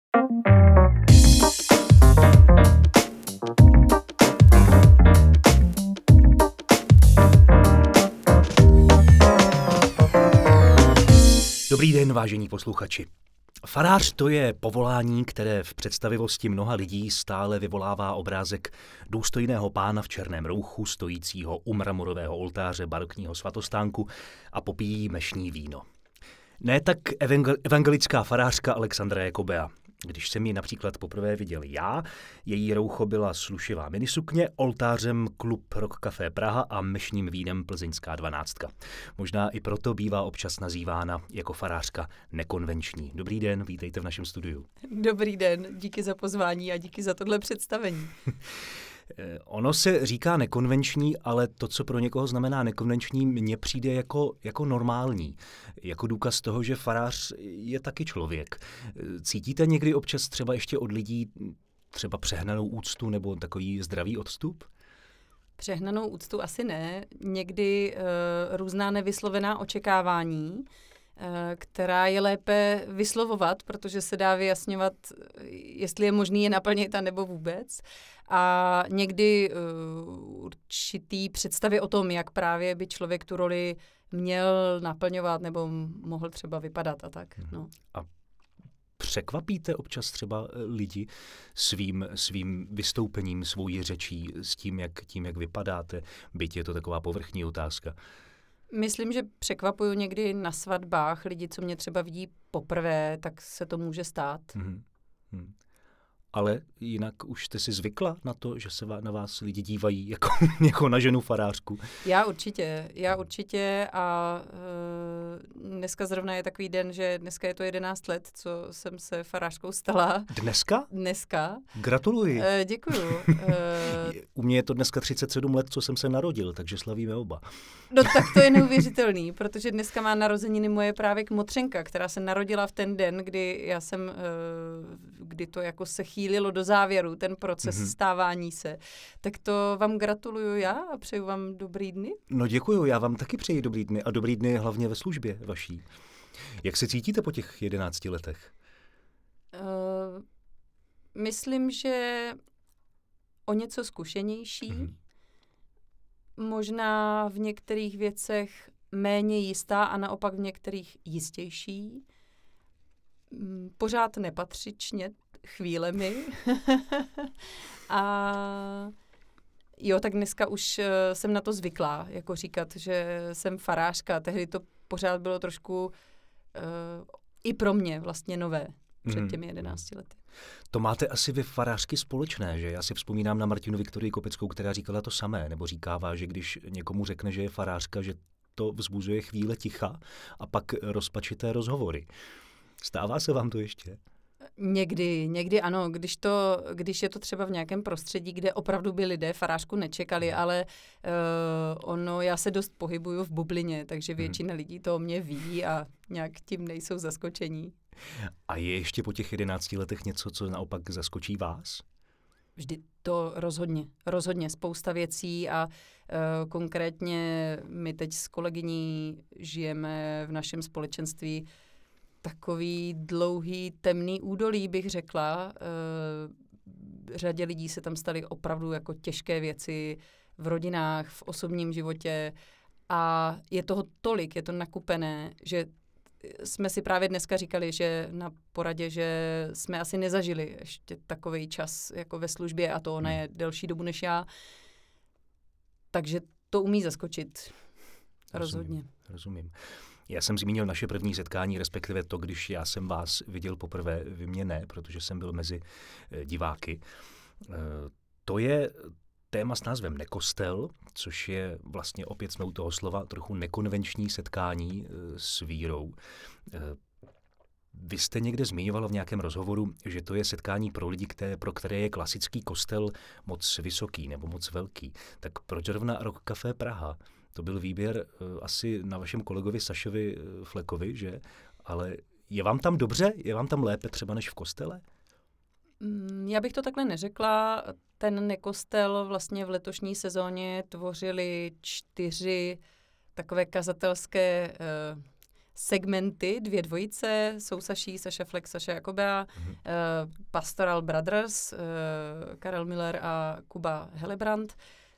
Dobrý den, vážení posluchači. Farář to je povolání, které v představivosti mnoha lidí stále vyvolává obrázek důstojného pána v černém rouchu, stojícího u mramorového oltáře barokního svatostánku a popíjí mešní víno. Ne tak evangelická farářka Alexandra Jakobea. Když jsem ji například poprvé viděl já, její roucho byla slušivá minisukně, oltářem klub Rock Café Praha a mešním vínem Plzeňská 12. Možná i proto bývá občas nazývána jako farářka nekonvenční. Dobrý den, vítejte v našem studiu. Dobrý den, díky za pozvání a díky za tohle představení. Ono se říká nekonvenční, ale to, co pro někoho znamená nekonvenční, mně přijde jako normální. Jako důkaz toho, že farář je taky člověk. Cítíte někdy občas třeba ještě od lidí třeba přehnanou úctu nebo takový zdravý odstup? Přehnanou úctu asi ne. Někdy různá nevyslovená očekávání, která je lépe vyslovovat, protože se dá vyjasňovat, jestli je možný je naplnit a nebo vůbec. A někdy určitý představy o tom, jak právě by člověk tu roli měl naplňovat nebo mohl třeba vypadat a tak. No. A překvapíte občas třeba lidi svým vystoupením, svou řečí, s tím, jak vypadáte, byť je to taková povrchní otázka? Myslím, že překvapuju někdy na svatbách lidi, co mě třeba vidí poprvé, tak se to může stát. Ale jinak už jste si zvykla na to, že se na vás lidi dívají jako na ženu farářku? Já určitě a dneska zrovna je takový den, že dneska je to 11 let, co jsem se farářkou stala. Dneska? Dneska. Gratuluji. Děkuju. U mě je to dneska 37 let, co jsem se narodil, takže slavíme oba. No tak to je neuvěřitelný, protože dneska má narozeniny moje právě kmotřenka, která se narodila v ten den, kdy to jako se chýlilo do závěru, ten proces stávání se. Tak to vám gratuluju já a přeju vám dobrý dny. No děkuju, já vám taky přeji dobrý dny a dobrý dny hlavně ve službě vaší. Jak se cítíte po těch 11 letech? Myslím, že o něco zkušenější, možná v některých věcech méně jistá a naopak v některých jistější. Pořád nepatřičně chvílemi. A jo, tak dneska už jsem na to zvyklá, jako říkat, že jsem farářka. Tehdy to pořád bylo trošku i pro mě vlastně nové před těmi 11 lety. To máte asi vy farářky společné, že? Já si vzpomínám na Martinu Viktorii Kopeckou, která říkala to samé, nebo říkává, že když někomu řekne, že je farářka, že to vzbuzuje chvíle ticha a pak rozpačité rozhovory. Stává se vám to ještě? Někdy ano, když je to třeba v nějakém prostředí, kde opravdu by lidé farářku nečekali, ale já se dost pohybuju v bublině, takže většina lidí to o mě ví a nějak tím nejsou zaskočení. A je ještě po těch 11 letech něco, co naopak zaskočí vás? Vždy to rozhodně spousta věcí a konkrétně my teď s kolegyní žijeme v našem společenství takový dlouhý temný údolí, bych řekla. Řadě lidí se tam staly opravdu jako těžké věci v rodinách, v osobním životě a je toho tolik, je to nakupené, že jsme si právě dneska říkali, že na poradě, že jsme asi nezažili ještě takovej čas jako ve službě a to ona je delší dobu než já. Takže to umí zaskočit. Rozhodně. Rozumím. Já jsem zmínil naše první setkání, respektive to, když já jsem vás viděl poprvé, vy mě ne, protože jsem byl mezi diváky. To je téma s názvem Nekostel, což je vlastně opět snou toho slova trochu nekonvenční setkání s vírou. Vy jste někde zmiňovala v nějakém rozhovoru, že to je setkání pro lidi, pro které je klasický kostel moc vysoký nebo moc velký. Tak proč zrovna Rock Café Praha? To byl výběr asi na vašem kolegovi Sašovi Flekovi, že? Ale je vám tam dobře? Je vám tam lépe třeba než v kostele? Já bych to takhle neřekla. Ten nekostel vlastně v letošní sezóně tvořili 4 takové kazatelské segmenty, 2 dvojice, Sousaší, Saša Flex, Saša Jakobea, Pastoral Brothers, Karel Miller a Kuba Helebrant,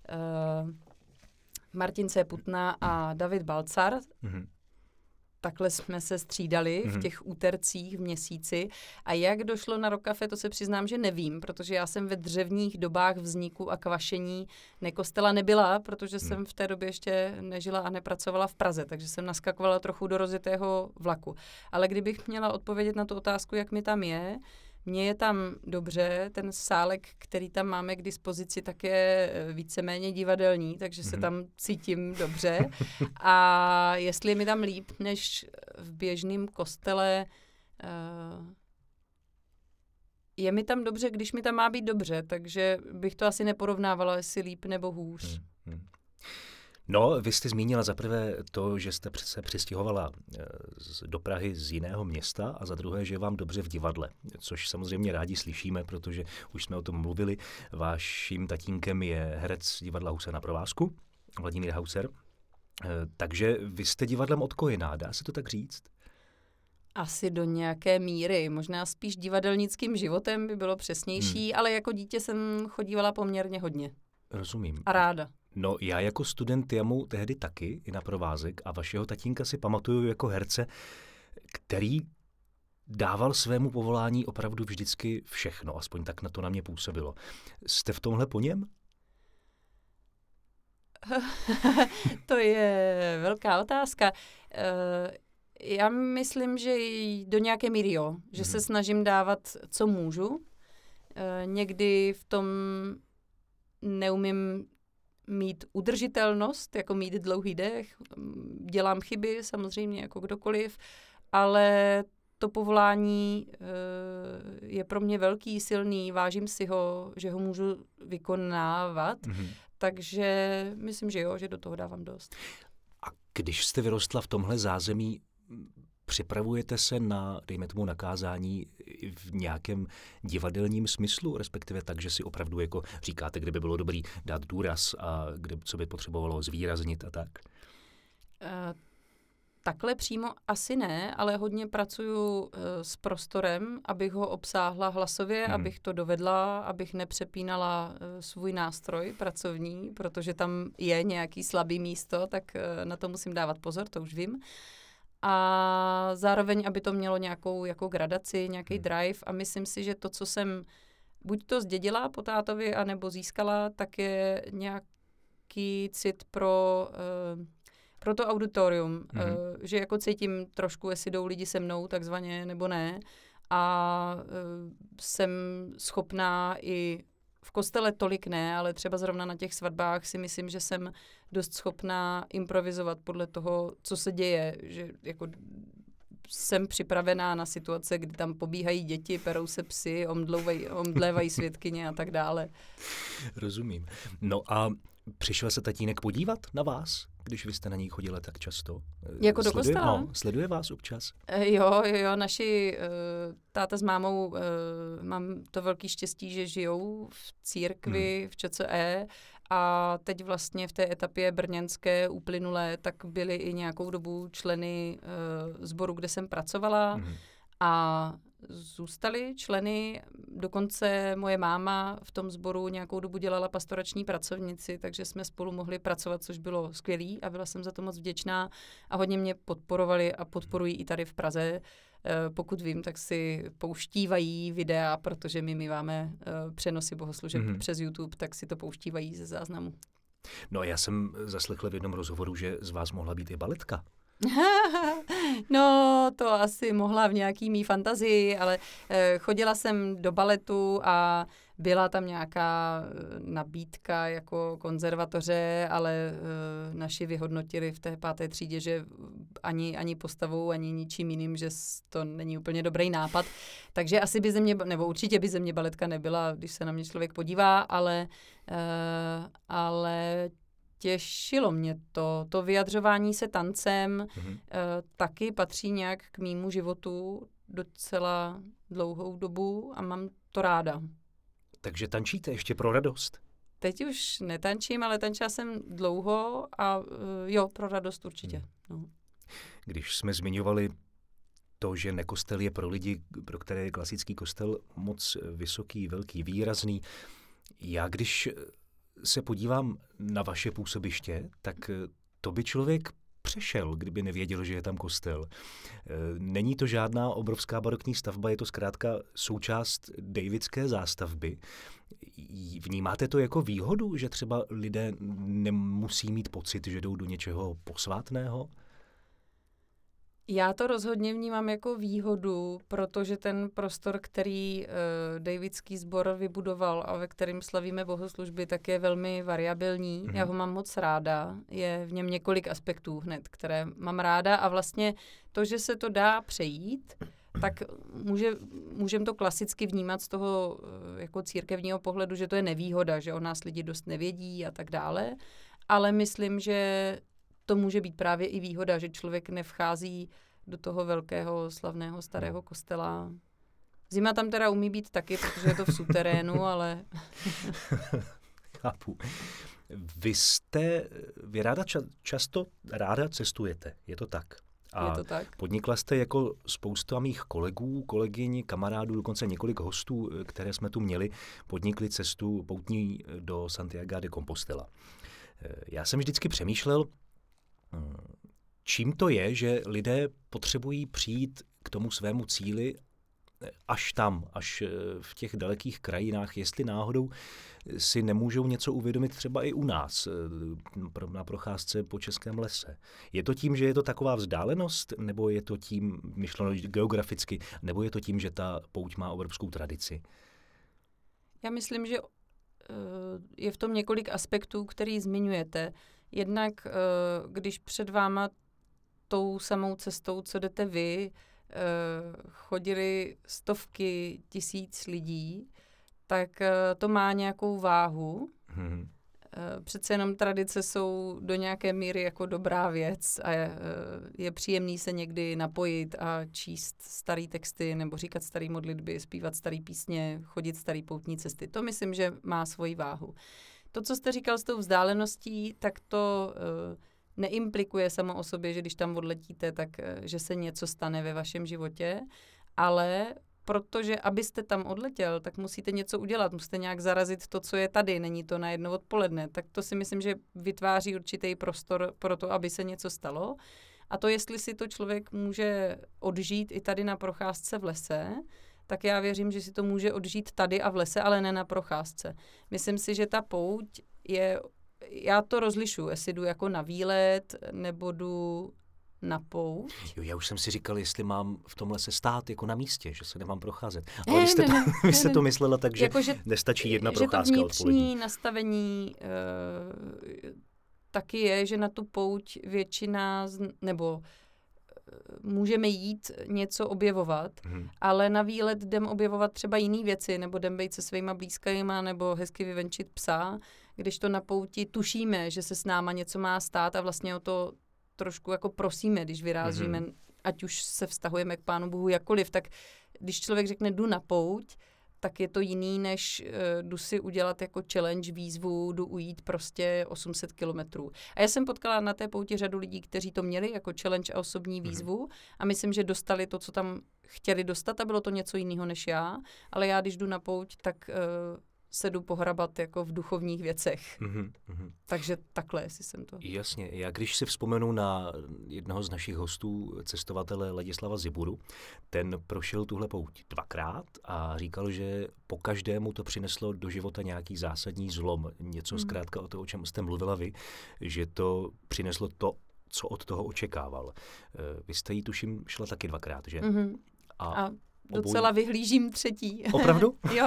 Martin C. Putna a David Balcar. Takhle jsme se střídali v těch útercích v měsíci. A jak došlo na Rock Café, to se přiznám, že nevím, protože já jsem ve dřevních dobách vzniku a kvašení Nekostela nebyla, protože jsem v té době ještě nežila a nepracovala v Praze, takže jsem naskakovala trochu do rozjetého vlaku. Ale kdybych měla odpovědět na tu otázku, jak mi tam je, mně je tam dobře, ten sálek, který tam máme k dispozici, tak je víceméně divadelní, takže se tam cítím dobře. A jestli je mi tam líp než v běžném kostele, je mi tam dobře, když mi tam má být dobře, takže bych to asi neporovnávala, jestli líp nebo hůř. No, vy jste zmínila za prvé to, že jste se přestěhovala do Prahy z jiného města a za druhé, že je vám dobře v divadle, což samozřejmě rádi slyšíme, protože už jsme o tom mluvili. Vaším tatínkem je herec divadla Husa na provázku, Vladimír Hauser. Takže vy jste divadlem odkojená, dá se to tak říct? Asi do nějaké míry, možná spíš divadelnickým životem by bylo přesnější, ale jako dítě jsem chodívala poměrně hodně. Rozumím. A ráda. No, já jako student jamu tehdy taky, i na provázek, a vašeho tatínka si pamatuju jako herce, který dával svému povolání opravdu vždycky všechno, aspoň tak na to na mě působilo. Jste v tomhle po něm? To je velká otázka. Já myslím, že do nějaké míry jo, že se snažím dávat, co můžu. Někdy v tom neumím mít udržitelnost, jako mít dlouhý dech. Dělám chyby, samozřejmě, jako kdokoliv, ale to povolání je pro mě velký, silný, vážím si ho, že ho můžu vykonávat, takže myslím, že jo, že do toho dávám dost. A když jste vyrostla v tomhle zázemí, připravujete se na, dejme tomu, nakázání v nějakém divadelním smyslu, respektive tak, že si opravdu jako říkáte, kde by bylo dobrý dát důraz a kde, co by potřebovalo zvýraznit a tak? Takhle přímo asi ne, ale hodně pracuju s prostorem, abych ho obsáhla hlasově, abych to dovedla, abych nepřepínala svůj nástroj pracovní, protože tam je nějaký slabý místo, tak na to musím dávat pozor, to už vím. A zároveň, aby to mělo nějakou jako gradaci, nějaký drive a myslím si, že to, co jsem buď to zdědila po tátovi, anebo získala, tak je nějaký cit pro to auditorium, že jako cítím trošku, jestli jdou lidi se mnou takzvaně nebo ne a jsem schopná i v kostele tolik ne, ale třeba zrovna na těch svatbách si myslím, že jsem dost schopná improvizovat podle toho, co se děje, že jako jsem připravená na situace, kdy tam pobíhají děti, perou se psy, omdlévají svědkyně a tak dále. Rozumím. No a přišel se tatínek podívat na vás, když vy jste na něj chodila tak často? Jako do kostela? No, sleduje vás občas? Jo, naši táta s mámou, mám to velký štěstí, že žijou v církvi, v ČCE a teď vlastně v té etapě brněnské uplynulé, tak byli i nějakou dobu členy sboru, kde jsem pracovala a zůstali členy, dokonce moje máma v tom sboru nějakou dobu dělala pastorační pracovnici, takže jsme spolu mohli pracovat, což bylo skvělý a byla jsem za to moc vděčná a hodně mě podporovali a podporují i tady v Praze. Pokud vím, tak si pouštívají videa, protože my máme přenosy bohoslužeb přes YouTube, tak si to pouštívají ze záznamu. No já jsem zaslechl v jednom rozhovoru, že z vás mohla být i baletka. No, to asi mohla v nějaký mý fantazii, ale chodila jsem do baletu a byla tam nějaká nabídka jako konzervatoře, ale naši vyhodnotili v té 5. třídě, že ani postavou, ani ničím jiným, že to není úplně dobrý nápad. Takže asi by ze mě, nebo určitě by ze mě baletka nebyla, když se na mě člověk podívá, ale těšilo mě to vyjadřování se tancem, taky patří nějak k mému životu docela dlouhou dobu a mám to ráda. Takže tančíte ještě pro radost? Teď už netančím, ale tančila jsem dlouho a jo, pro radost určitě. No. Když jsme zmiňovali to, že nekostel je pro lidi, pro které je klasický kostel moc vysoký, velký, výrazný. Já když se podívám na vaše působiště, tak to by člověk přešel, kdyby nevěděl, že je tam kostel. Není to žádná obrovská barokní stavba, je to zkrátka součást davidské zástavby. Vnímáte to jako výhodu, že třeba lidé nemusí mít pocit, že jdou do něčeho posvátného? Já to rozhodně vnímám jako výhodu, protože ten prostor, který Davidský sbor vybudoval a ve kterém slavíme bohoslužby, tak je velmi variabilní. Já ho mám moc ráda. Je v něm několik aspektů hned, které mám ráda a vlastně to, že se to dá přejít, tak můžeme to klasicky vnímat z toho jako církevního pohledu, že to je nevýhoda, že o nás lidi dost nevědí a tak dále, ale myslím, že to může být právě i výhoda, že člověk nevchází do toho velkého, slavného, starého kostela. Zima tam teda umí být taky, protože je to v suterénu, ale... Chápu. Vy často ráda cestujete, je to tak? A je to tak. Podnikla jste jako spousta mých kolegů, kolegyň, kamarádů, dokonce několik hostů, které jsme tu měli, podnikli cestu poutní do Santiago de Compostela. Já jsem vždycky přemýšlel, čím to je, že lidé potřebují přijít k tomu svému cíli až v těch dalekých krajinách, jestli náhodou si nemůžou něco uvědomit třeba i u nás na procházce po českém lese. Je to tím, že je to taková vzdálenost, nebo je to tím, myšleno geograficky, nebo je to tím, že ta pouť má obrovskou tradici? Já myslím, že je v tom několik aspektů, který zmiňujete. Jednak, když před váma tou samou cestou, co jdete vy, chodili stovky tisíc lidí, tak to má nějakou váhu. Přece jenom tradice jsou do nějaké míry jako dobrá věc a je příjemný se někdy napojit a číst starý texty nebo říkat starý modlitby, zpívat starý písně, chodit starý poutní cesty. To myslím, že má svoji váhu. To, co jste říkal s tou vzdáleností, tak to neimplikuje samo o sobě, že když tam odletíte, tak že se něco stane ve vašem životě, ale protože abyste tam odletěl, tak musíte něco udělat, musíte nějak zarazit to, co je tady, není to na jedno odpoledne. Tak to si myslím, že vytváří určitý prostor pro to, aby se něco stalo. A to, jestli si to člověk může odžít i tady na procházce v lese, tak já věřím, že si to může odžít tady a v lese, ale ne na procházce. Myslím si, že ta pouť je, já to rozlišuji, jestli jdu jako na výlet, nebo jdu na pouť. Jo, já už jsem si říkal, jestli mám v tom lese stát jako na místě, že se nemám procházet. Ale vy jste to myslela tak, že jako, nestačí jedna procházka odpolední. Že to vnitřní nastavení taky je, že na tu pouť většina, nebo můžeme jít něco objevovat, ale na výlet jdem objevovat třeba jiné věci, nebo jdem být se svýma blízkajima, nebo hezky vyvenčit psa, když to na pouti tušíme, že se s náma něco má stát a vlastně o to trošku jako prosíme, když vyrážíme, ať už se vztahujeme k Pánu Bohu jakkoliv, tak když člověk řekne jdu na pouť, tak je to jiný, než jdu si udělat jako challenge, výzvu, jdu ujít prostě 800 kilometrů. A já jsem potkala na té pouti řadu lidí, kteří to měli jako challenge a osobní výzvu a myslím, že dostali to, co tam chtěli dostat a bylo to něco jiného než já, ale já, když jdu na pouť, tak se jdu pohrabat jako v duchovních věcech. Takže takhle, jestli jsem to... Jasně. Já když si vzpomenu na jednoho z našich hostů, cestovatele Ladislava Ziburu, ten prošel tuhle pouť 2krát a říkal, že po každému to přineslo do života nějaký zásadní zlom. Něco zkrátka o to, o čem jste mluvila vy, že to přineslo to, co od toho očekával. Vy jste jí, tuším, šla taky 2krát, že? A docela vyhlížím třetí. Opravdu? Jo.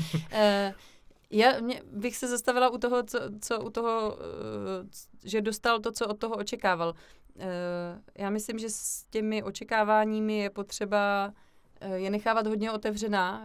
Já bych se zastavila u toho, co u toho, že dostal to, co od toho očekával. Já myslím, že s těmi očekáváními je potřeba je nechávat hodně otevřená.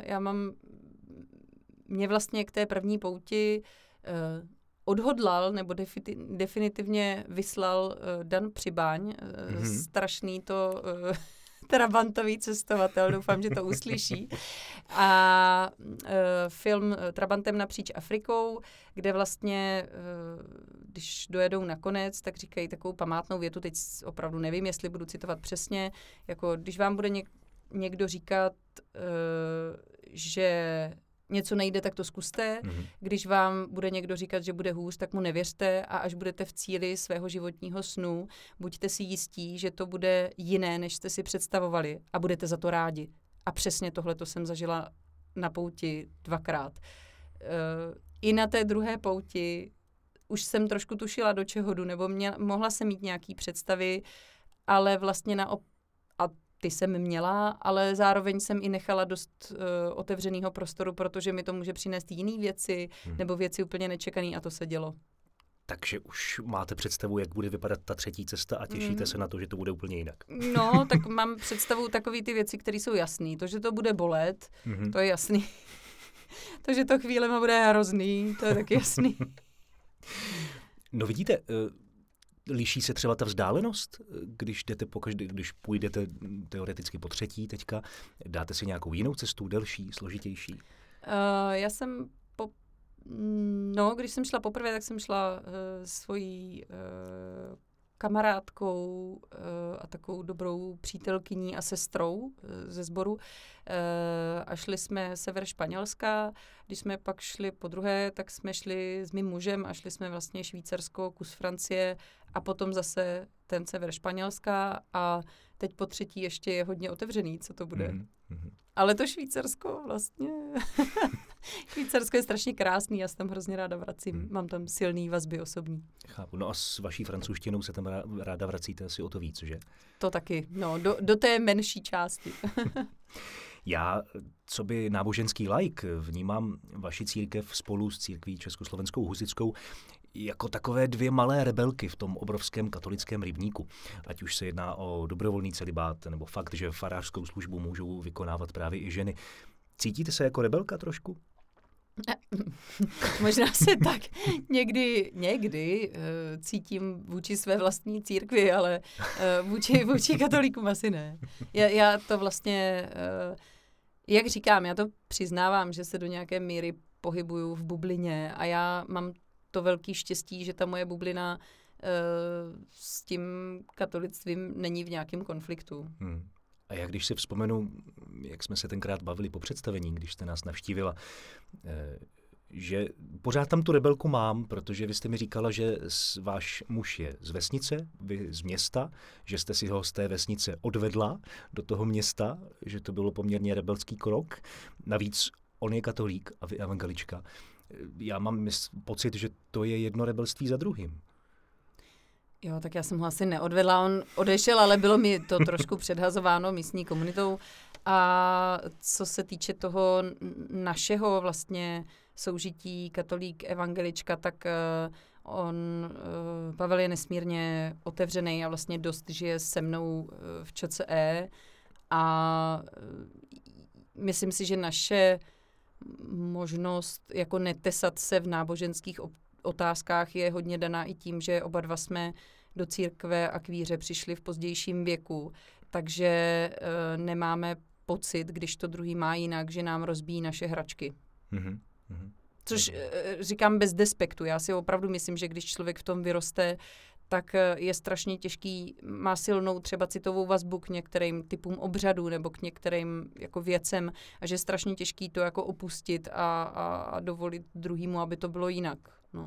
Mě vlastně k té první pouti odhodlal nebo definitivně vyslal Dan Přibáň, strašný to... trabantový cestovatel, doufám, že to uslyší. A film Trabantem napříč Afrikou, kde vlastně, když dojedou nakonec, tak říkají takovou památnou větu, teď opravdu nevím, jestli budu citovat přesně, jako když vám bude někdo říkat, že něco nejde, tak to zkuste. Když vám bude někdo říkat, že bude hůř, tak mu nevěřte a až budete v cíli svého životního snu, buďte si jistí, že to bude jiné, než jste si představovali a budete za to rádi. A přesně tohle to jsem zažila na pouti 2krát. I na té druhé pouti už jsem trošku tušila, do čeho jdu, nebo mohla jsem mít nějaký představy, ale vlastně a ty jsem měla, ale zároveň jsem i nechala dost otevřenýho prostoru, protože mi to může přinést jiné věci, nebo věci úplně nečekané a to se dělo. Takže už máte představu, jak bude vypadat ta třetí cesta a těšíte se na to, že to bude úplně jinak. No, tak mám představu takový ty věci, které jsou jasný. To, že to bude bolet, to je jasný. To, že to chvílema bude hrozný, to je taky jasný. No vidíte, liší se třeba ta vzdálenost, když půjdete teoreticky po třetí teďka, dáte si nějakou jinou cestu, delší, složitější? Já jsem když jsem šla poprvé, tak jsem šla svojí kamarádkou a takovou dobrou přítelkyní a sestrou ze sboru a šli jsme sever Španělska. Když jsme pak šli po druhé, tak jsme šli s mým mužem a šli jsme vlastně Švýcarsko, kus Francie a potom zase ten sever Španělska a teď po třetí ještě je hodně otevřený, co to bude. Ale to Švýcarsko vlastně... Švýcarsko je strašně krásný, já se tam hrozně ráda vracím. Mám tam silný vazby osobní. Chápu. No a s vaší francouzštinou se tam ráda vracíte asi o to víc, že? To taky, no, do té menší části. Já, co by náboženský laik, vnímám vaši církev spolu s církví Československou husitskou jako takové dvě malé rebelky v tom obrovském katolickém rybníku. Ať už se jedná o dobrovolný celibát, nebo fakt, že farářskou službu můžou vykonávat právě i ženy. Cítíte se jako rebelka trošku? Možná se tak někdy cítím vůči své vlastní církvi, ale vůči katolíkům asi ne. Já to vlastně, jak říkám, já to přiznávám, že se do nějaké míry pohybuju v bublině a já mám to velké štěstí, že ta moje bublina s tím katolictvím není v nějakém konfliktu. A já když si vzpomenu, jak jsme se tenkrát bavili po představení, když jste nás navštívila, že pořád tam tu rebelku mám, protože vy jste mi říkala, že váš muž je z vesnice, vy z města, že jste si ho z té vesnice odvedla do toho města, že to bylo poměrně rebelský krok. Navíc on je katolík a vy evangelička. Já mám pocit, že to je jedno rebelství za druhým. Jo, tak já jsem ho asi neodvedla, on odešel, ale bylo mi to trošku předhazováno místní komunitou. A co se týče toho našeho vlastně soužití katolík evangelička, tak Pavel je nesmírně otevřený a vlastně dost žije se mnou v ČCE a myslím si, že naše možnost jako netesat se v náboženských otázkách je hodně daná i tím, že oba dva jsme do církve a k víře přišli v pozdějším věku, takže nemáme pocit, když to druhý má jinak, že nám rozbíjí naše hračky. Což říkám bez despektu. Já si opravdu myslím, že když člověk v tom vyroste, tak je strašně těžký, má silnou třeba citovou vazbu k některým typům obřadů nebo k některým jako věcem a že je strašně těžký to jako opustit a dovolit druhýmu, aby to bylo jinak. No.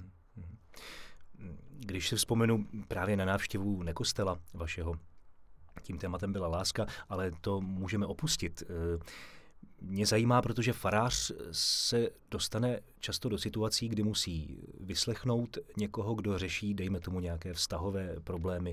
Když si vzpomenu právě na návštěvu nekostela vašeho, tím tématem byla láska, ale to můžeme opustit. Mě zajímá, protože farář se dostane často do situací, kdy musí vyslechnout někoho, kdo řeší, dejme tomu, nějaké vztahové problémy.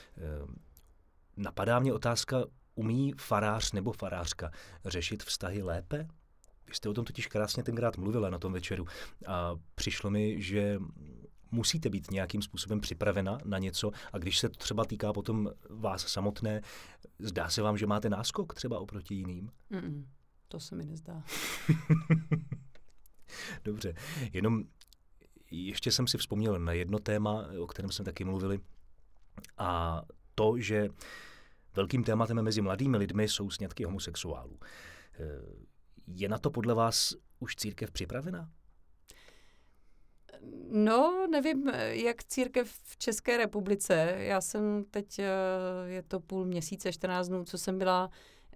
Napadá mě otázka, umí farář nebo farářka řešit vztahy lépe? Vy jste o tom totiž krásně tenkrát mluvila na tom večeru a přišlo mi, že musíte být nějakým způsobem připravena na něco a když se to třeba týká potom vás samotné, zdá se vám, že máte náskok třeba oproti jiným? To se mi nezdá. Dobře, jenom ještě jsem si vzpomněl na jedno téma, o kterém jsme taky mluvili, a to, že velkým tématem mezi mladými lidmi jsou sňatky homosexuálů. Je na to podle vás už církev připravená? No, nevím, jak církev v České republice. Já jsem teď, je to půl měsíce, 14 dnů, co jsem byla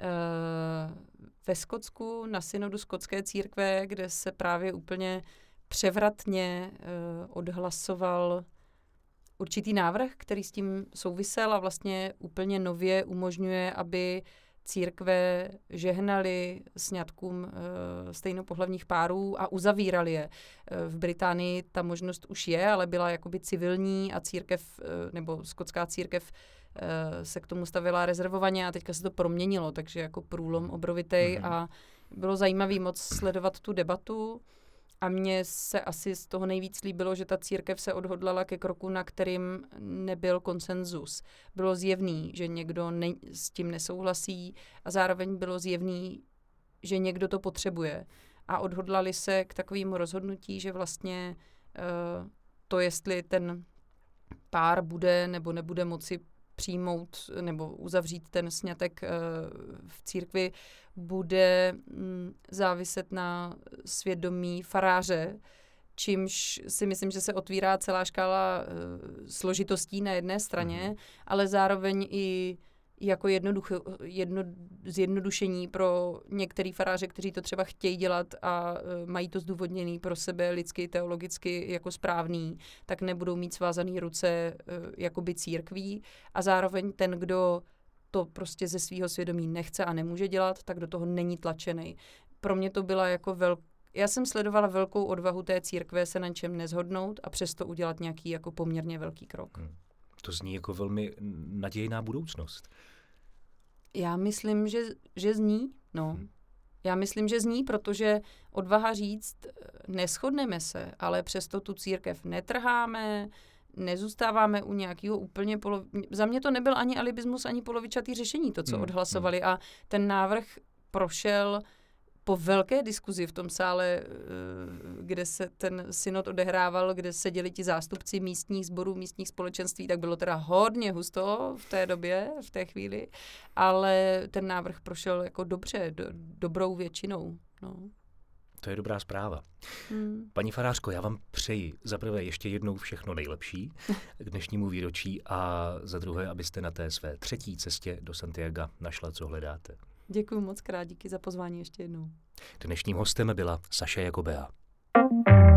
ve Skotsku na synodu skotské církve, kde se právě úplně převratně odhlasoval určitý návrh, který s tím souvisel a vlastně úplně nově umožňuje, aby církve žehnaly sňatkům stejnopohlavních párů a uzavírali je. V Británii ta možnost už je, ale byla jakoby civilní a církev, nebo skotská církev se k tomu stavila rezervovaně a teďka se to proměnilo, takže jako průlom obrovitej a bylo zajímavé moc sledovat tu debatu. A mně se asi z toho nejvíc líbilo, že ta církev se odhodlala ke kroku, na kterým nebyl konsenzus. Bylo zjevný, že někdo s tím nesouhlasí a zároveň bylo zjevný, že někdo to potřebuje. A odhodlali se k takovému rozhodnutí, že vlastně to, jestli ten pár bude nebo nebude moci přijmout nebo uzavřít ten sňatek v církvi, bude záviset na svědomí faráře, čímž si myslím, že se otvírá celá škála složitostí na jedné straně, ale zároveň i jako zjednodušení pro některý faráře, kteří to třeba chtějí dělat a mají to zdůvodněný pro sebe lidsky, teologicky jako správný, tak nebudou mít svázaný ruce jakoby církví a zároveň ten, kdo to prostě ze svého svědomí nechce a nemůže dělat, tak do toho není tlačený. Pro mě to byla jako já jsem sledovala velkou odvahu té církve se na něčem nezhodnout a přesto udělat nějaký jako poměrně velký krok. To zní jako velmi nadějná budoucnost. Já myslím, že zní, no. Já myslím, že zní, protože odvaha říct, neshodneme se, ale přesto tu církev netrháme, nezůstáváme u nějakého úplně Za mě to nebyl ani alibismus, ani polovičatý řešení, to, co odhlasovali. A ten návrh prošel po velké diskuzi v tom sále, kde se ten synod odehrával, kde seděli ti zástupci místních sborů, místních společenství, tak bylo teda hodně husto v té době, v té chvíli, ale ten návrh prošel jako dobře, dobrou většinou. No. To je dobrá zpráva. Paní farářko, já vám přeji za prvé ještě jednou všechno nejlepší k dnešnímu výročí a za druhé, abyste na té své třetí cestě do Santiaga našla, co hledáte. Děkuji moc krát, díky za pozvání ještě jednou. Dnešním hostem byla Saša Jakobea.